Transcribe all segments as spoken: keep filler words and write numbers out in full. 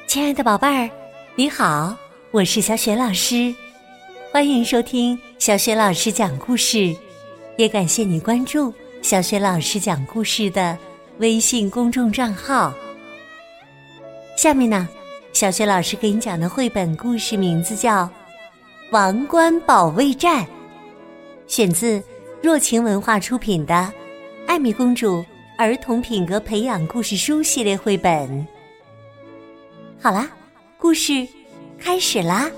亲爱的宝贝儿，你好，我是小雪老师，欢迎收听小雪老师讲故事，也感谢你关注小雪老师讲故事的微信公众账号。下面呢，小雪老师给你讲的绘本故事名字叫《王冠保卫战》，选自若晴文化出品的《艾米公主儿童品格培养故事书》系列绘本。好啦，故事开始啦！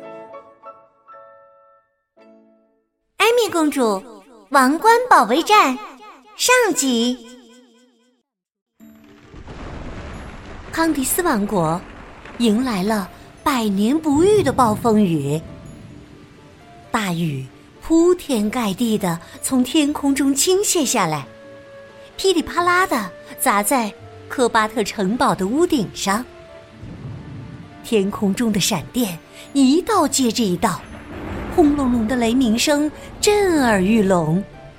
艾米公主王冠保卫战上集。康迪斯王国迎来了百年不遇的暴风雨，大雨铺天盖地地从天空中倾泻下来，噼里啪啦地砸在科巴特城堡的屋顶上。天空中的闪电一道接着一道，轰隆隆的雷鸣声震耳欲聋。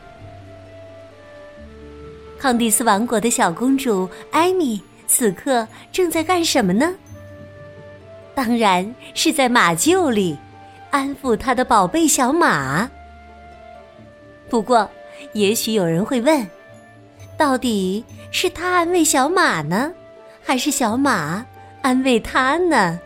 康蒂斯王国的小公主艾米此刻正在干什么呢？当然是在马厩里安抚她的宝贝小马。不过也许有人会问，到底是她安慰小马呢，还是小马安慰她呢？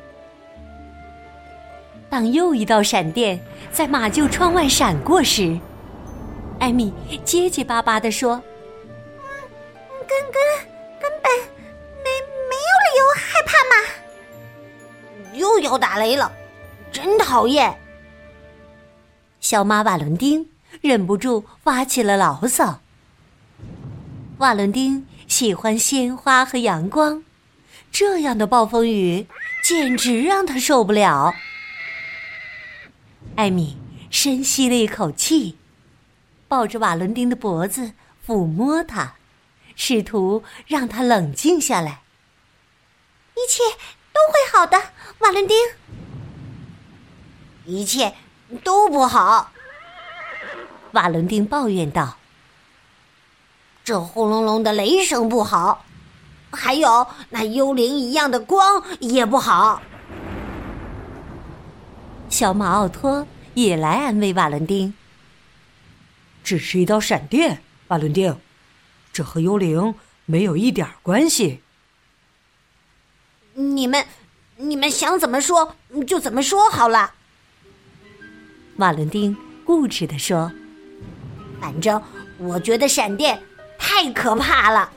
当又一道闪电在马厩窗外闪过时，艾米结结巴巴地说：嗯，根根根本没没有理由害怕嘛。 又要打雷了，真讨厌。 小马瓦伦丁忍不住发起了牢骚。瓦伦丁喜欢鲜花和阳光，这样的暴风雨简直让他受不了。艾米深吸了一口气，抱着瓦伦丁的脖子抚摸他，试图让他冷静下来。一切都会好的，瓦伦丁。 一切都不好， 瓦伦丁抱怨道。 这轰隆隆的雷声不好，还有那幽灵一样的光也不好。 小马奥托也来安慰瓦伦丁。 只是一道闪电，瓦伦丁，这和幽灵没有一点关系。 你们你们想怎么说就怎么说好了。 瓦伦丁固执地说， 反正我觉得闪电太可怕了。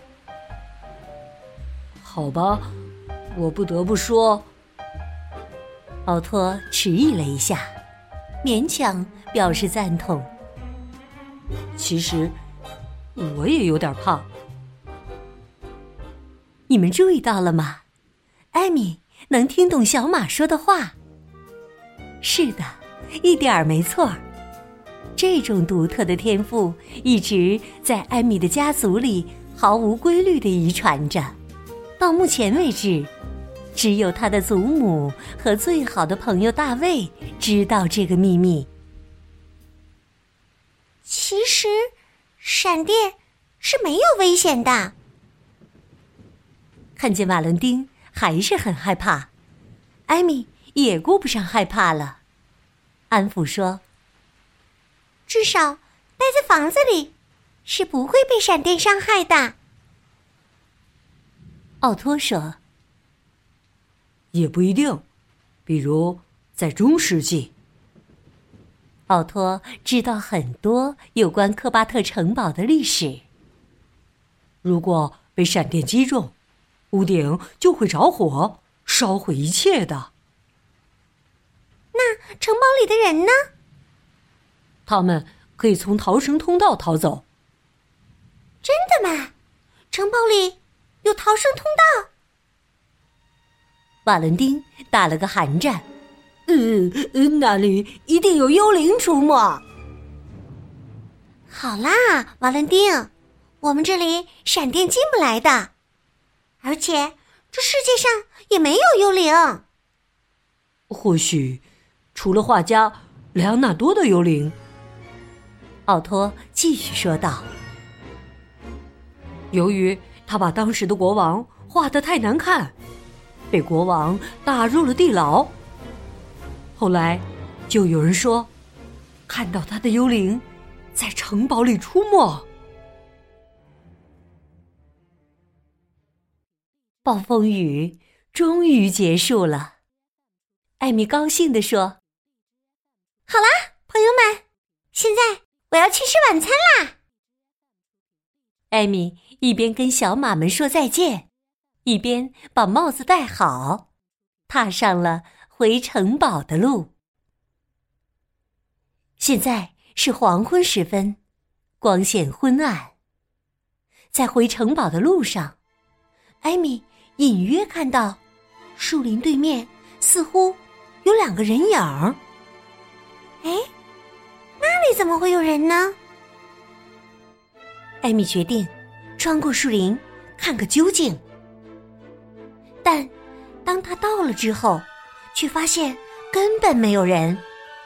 好吧，我不得不说。 奥托迟疑了一下，勉强表示赞同。 其实我也有点怕。 你们注意到了吗？艾米能听懂小马说的话。是的，一点儿没错。这种独特的天赋一直在艾米的家族里毫无规律地遗传着，到目前为止，只有他的祖母和最好的朋友大卫知道这个秘密。 其实，闪电是没有危险的。 看见瓦伦丁还是很害怕，艾米也顾不上害怕了，安抚说： 至少待在房子里是不会被闪电伤害的。 奥托说： 也不一定，比如在中世纪。 奥托知道很多有关科巴特城堡的历史。 如果被闪电击中，屋顶就会着火，烧毁一切的。 那城堡里的人呢？ 他们可以从逃生通道逃走。 真的吗？城堡里有逃生通道？ 瓦伦丁打了个寒战。 嗯，那里一定有幽灵出没。 好啦，瓦伦丁，我们这里闪电进不来的，而且这世界上也没有幽灵。 或许除了画家莱昂纳多的幽灵。 奥托继续说道， 由于他把当时的国王画得太难看， 被国王打入了地牢。后来就有人说，看到他的幽灵在城堡里出没。 暴风雨终于结束了，艾米高兴地说：“ 好啦，朋友们，现在我要去吃晚餐啦！” 艾米一边跟小马们说再见，一边把帽子戴好，踏上了回城堡的路。现在是黄昏时分，光线昏暗。在回城堡的路上，艾米隐约看到树林对面似乎有两个人影儿。 哎，那里怎么会有人呢？ 艾米决定穿过树林看个究竟。但当他到了之后，却发现根本没有人。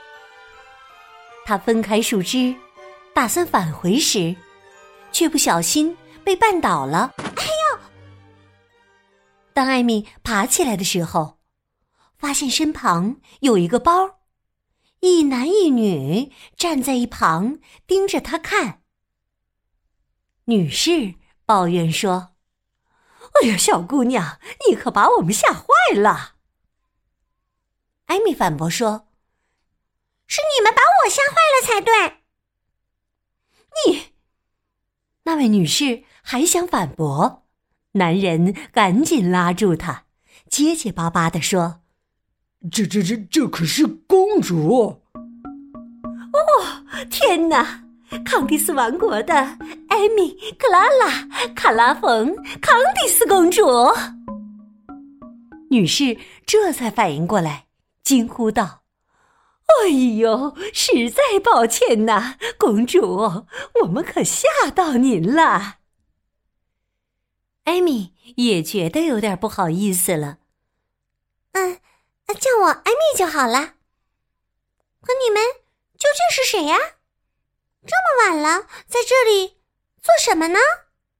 他分开树枝，打算返回时，却不小心被绊倒了。哎呦！当艾米爬起来的时候，发现身旁有一个包，一男一女站在一旁盯着他看。女士抱怨说：“哎呀，小姑娘，你可把我们吓坏了。”艾米反驳说：“ 是你们把我吓坏了才对。” 你……那位女士还想反驳，男人赶紧拉住她，结结巴巴地说：“ 这这这这可是公主！” 哦，天哪！康蒂斯王国的艾米·克拉拉·卡拉冯·康蒂斯公主。女士这才反应过来，惊呼道：“哎呦，实在抱歉呐，公主，我们可吓到您了。”艾米也觉得有点不好意思了。 嗯，叫我艾米就好了。可你们究竟是谁呀？这么晚了，在这里做什么呢？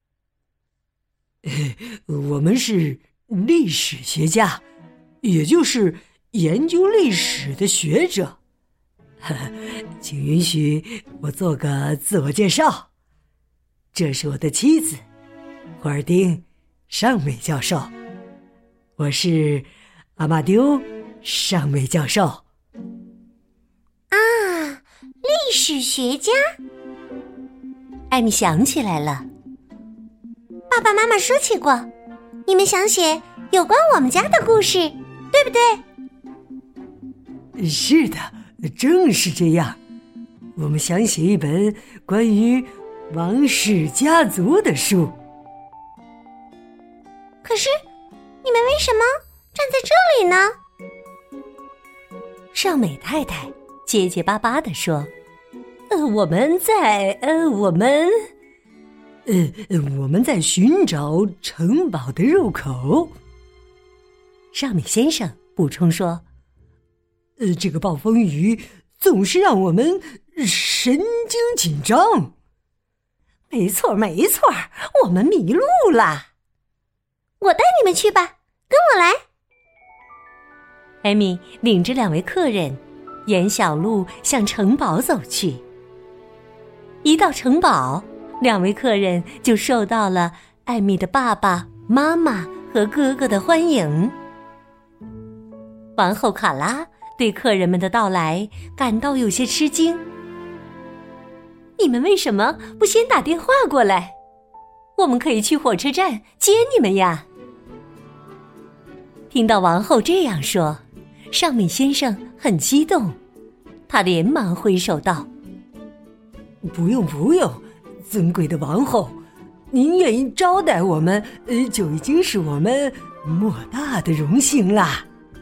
我们是历史学家，也就是研究历史的学者。请允许我做个自我介绍。这是我的妻子，霍尔丁·尚美教授。我是阿马丢·尚美教授。 啊，历史学家。 艾米想起来了， 爸爸妈妈说起过，你们想写有关我们家的故事，对不对？ 是的，正是这样。我们想写一本关于王室家族的书。 可是，你们为什么站在这里呢？ 尚美太太结结巴巴地说：“呃，我们在……呃，我们…… 呃，我们在寻找城堡的入口。” 尚美先生补充说：“ 呃，这个暴风雨总是让我们神经紧张。” 没错，没错，我们迷路了。 我带你们去吧，跟我来。 艾米领着两位客人沿小路向城堡走去。一到城堡，两位客人就受到了艾米的爸爸妈妈和哥哥的欢迎。王后卡拉对客人们的到来感到有些吃惊。你们为什么不先打电话过来？我们可以去火车站接你们呀。听到王后这样说，尚美先生很激动，他连忙挥手道：“ 不用不用，尊贵的王后，您愿意招待我们，呃，就已经是我们莫大的荣幸啦。”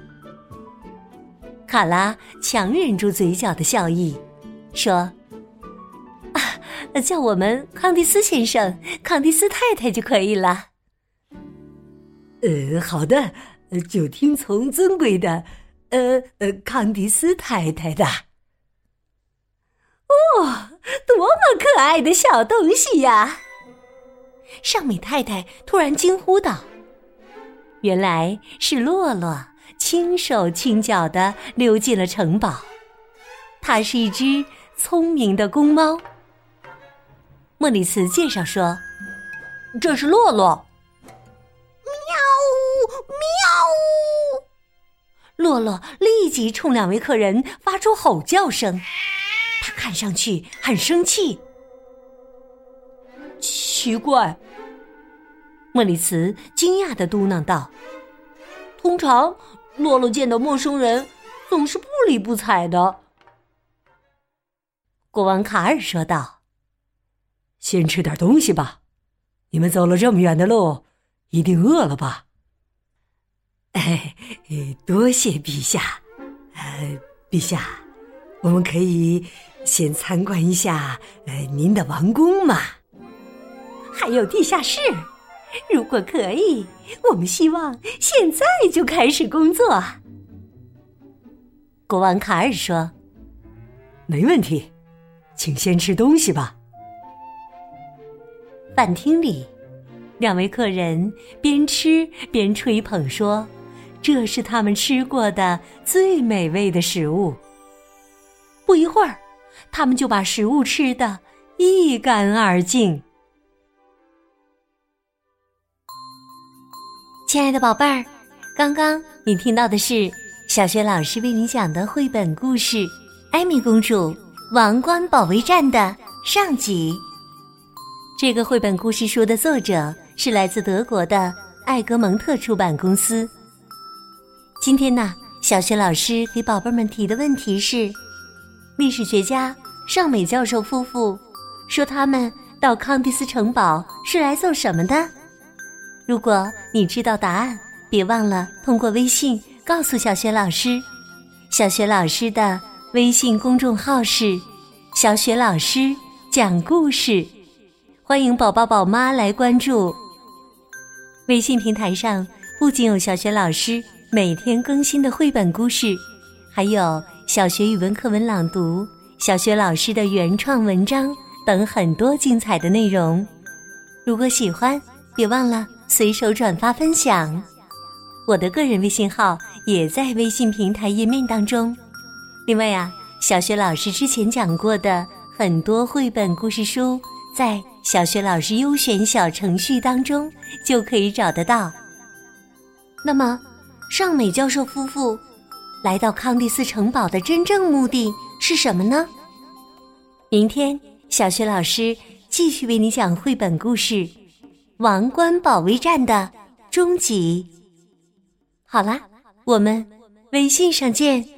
卡拉强忍住嘴角的笑意，说：“啊，叫我们康蒂斯先生、康蒂斯太太就可以了。” 呃，好的，就听从尊贵的，呃呃，康蒂斯太太的。 哦，多么可爱的小东西呀！尚美太太突然惊呼道。 原来是洛洛轻手轻脚地溜进了城堡。它是一只聪明的公猫。莫里茨介绍说，这是洛洛。 喵喵！ 洛洛立即冲两位客人发出吼叫声，他看上去很生气。奇怪，莫里茨惊讶地嘟囔道，通常洛洛见到陌生人总是不理不睬的。国王卡尔说道， 先吃点东西吧，你们走了这么远的路，一定饿了吧？ 哎，多谢陛下。 呃，陛下，我们可以先参观一下呃您的王宫吗？ 还有地下室，如果可以，我们希望现在就开始工作。国王卡尔说， 没问题，请先吃东西吧。 饭厅里，两位客人边吃边吹捧说，这是他们吃过的最美味的食物。不一会儿，他们就把食物吃得一干二净。亲爱的宝贝儿，刚刚你听到的是小学老师为你讲的绘本故事《艾米公主王冠保卫战》的上集。这个绘本故事书的作者是来自德国的艾格蒙特出版公司。今天呢，小学老师给宝贝们提的问题是，历史学家尚美教授夫妇说他们到康蒂斯城堡是来做什么的？如果你知道答案，别忘了通过微信告诉小学老师。小学老师的微信公众号是小学老师讲故事，欢迎宝宝宝妈来关注。微信平台上不仅有小学老师每天更新的绘本故事，还有小学语文课文朗读、小学老师的原创文章等很多精彩的内容。如果喜欢，别忘了随手转发分享。我的个人微信号也在微信平台页面当中。另外啊，小学老师之前讲过的很多绘本故事书，在小学老师优选小程序当中就可以找得到。那么，尚美教授夫妇来到康蒂斯城堡的真正目的是什么呢？明天，小学老师继续为你讲绘本故事《王冠保卫战》的终极。好啦，我们微信上见。